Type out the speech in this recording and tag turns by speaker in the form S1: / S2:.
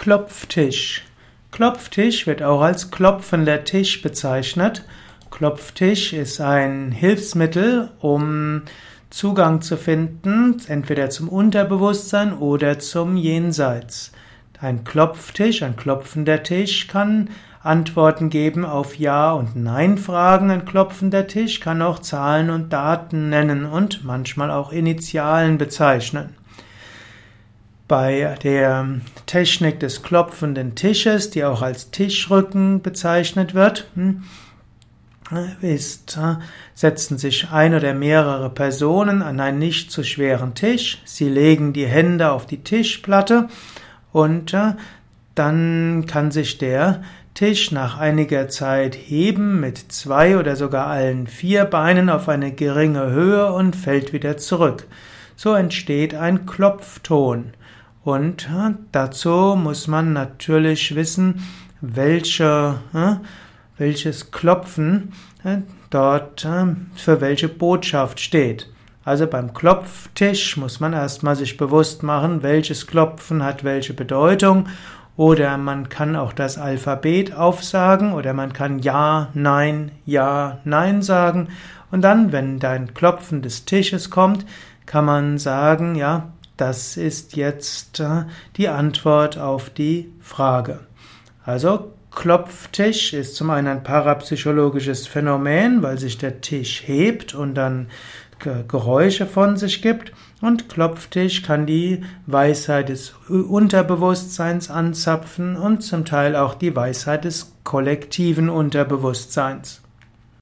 S1: Klopftisch. Klopftisch wird auch als klopfender Tisch bezeichnet. Klopftisch ist ein Hilfsmittel, um Zugang zu finden, entweder zum Unterbewusstsein oder zum Jenseits. Ein Klopftisch, ein klopfender Tisch kann Antworten geben auf Ja- und Nein-Fragen. Ein klopfender Tisch kann auch Zahlen und Daten nennen und manchmal auch Initialen bezeichnen. Bei der Technik des klopfenden Tisches, die auch als Tischrücken bezeichnet wird, setzen sich ein oder mehrere Personen an einen nicht zu schweren Tisch. Sie legen die Hände auf die Tischplatte und dann kann sich der Tisch nach einiger Zeit heben mit 2 oder sogar allen 4 Beinen auf eine geringe Höhe und fällt wieder zurück. So entsteht ein Klopfton. Und dazu muss man natürlich wissen, welches Klopfen dort für welche Botschaft steht. Also beim Klopftisch muss man erstmal sich bewusst machen, welches Klopfen hat welche Bedeutung. Oder man kann auch das Alphabet aufsagen oder man kann Ja, Nein sagen. Und dann, wenn dein Klopfen des Tisches kommt, kann man sagen, ja, das ist jetzt die Antwort auf die Frage. Also Klopftisch ist zum einen ein parapsychologisches Phänomen, weil sich der Tisch hebt und dann Geräusche von sich gibt. Und Klopftisch kann die Weisheit des Unterbewusstseins anzapfen und zum Teil auch die Weisheit des kollektiven Unterbewusstseins.